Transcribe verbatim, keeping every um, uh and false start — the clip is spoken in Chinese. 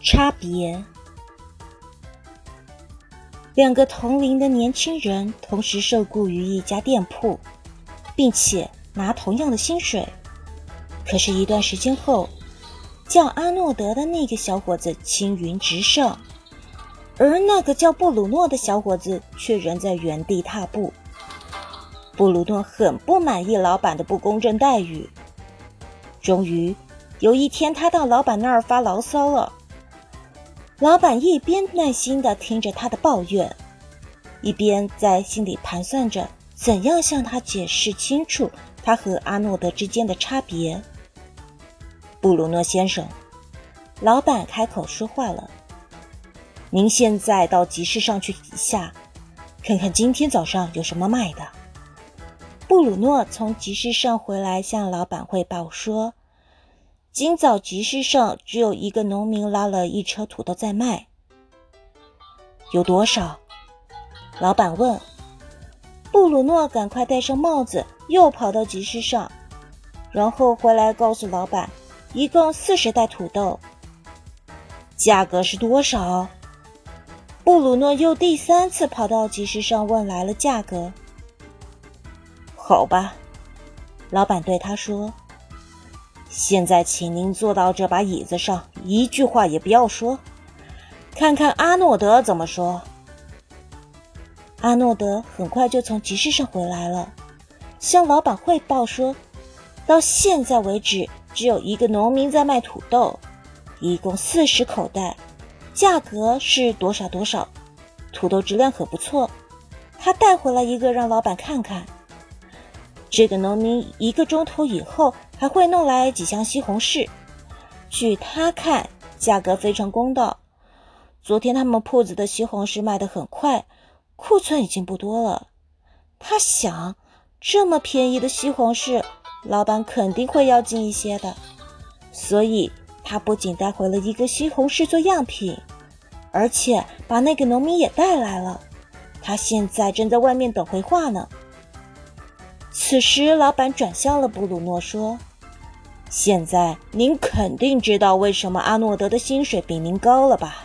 差别。两个同龄的年轻人同时受雇于一家店铺，并且拿同样的薪水。可是一段时间后，叫阿诺德的那个小伙子青云直上，而那个叫布鲁诺的小伙子却仍在原地踏步。布鲁诺很不满意老板的不公正待遇。终于有一天，他到老板那儿发牢骚了。老板一边耐心地听着他的抱怨，一边在心里盘算着怎样向他解释清楚他和阿诺德之间的差别。布鲁诺先生，老板开口说话了，您现在到集市上去一下，看看今天早上有什么卖的。布鲁诺从集市上回来，向老板汇报说，今早集市上只有一个农民拉了一车土豆在卖。有多少？老板问。布鲁诺赶快戴上帽子，又跑到集市上，然后回来告诉老板，一共四十袋土豆。价格是多少？布鲁诺又第三次跑到集市上问来了价格。好吧，老板对他说，现在请您坐到这把椅子上，一句话也不要说，看看阿诺德怎么说。阿诺德很快就从集市上回来了，向老板汇报说，到现在为止只有一个农民在卖土豆，一共四十口袋，价格是多少多少，土豆质量很不错，他带回来一个让老板看看。这个农民一个钟头以后还会弄来几箱西红柿，据他看价格非常公道。昨天他们铺子的西红柿卖得很快，库存已经不多了。他想，这么便宜的西红柿，老板肯定会要进一些的，所以他不仅带回了一个西红柿做样品，而且把那个农民也带来了，他现在正在外面等回话呢。此时老板转向了布鲁诺说，现在您肯定知道为什么阿诺德的薪水比您高了吧？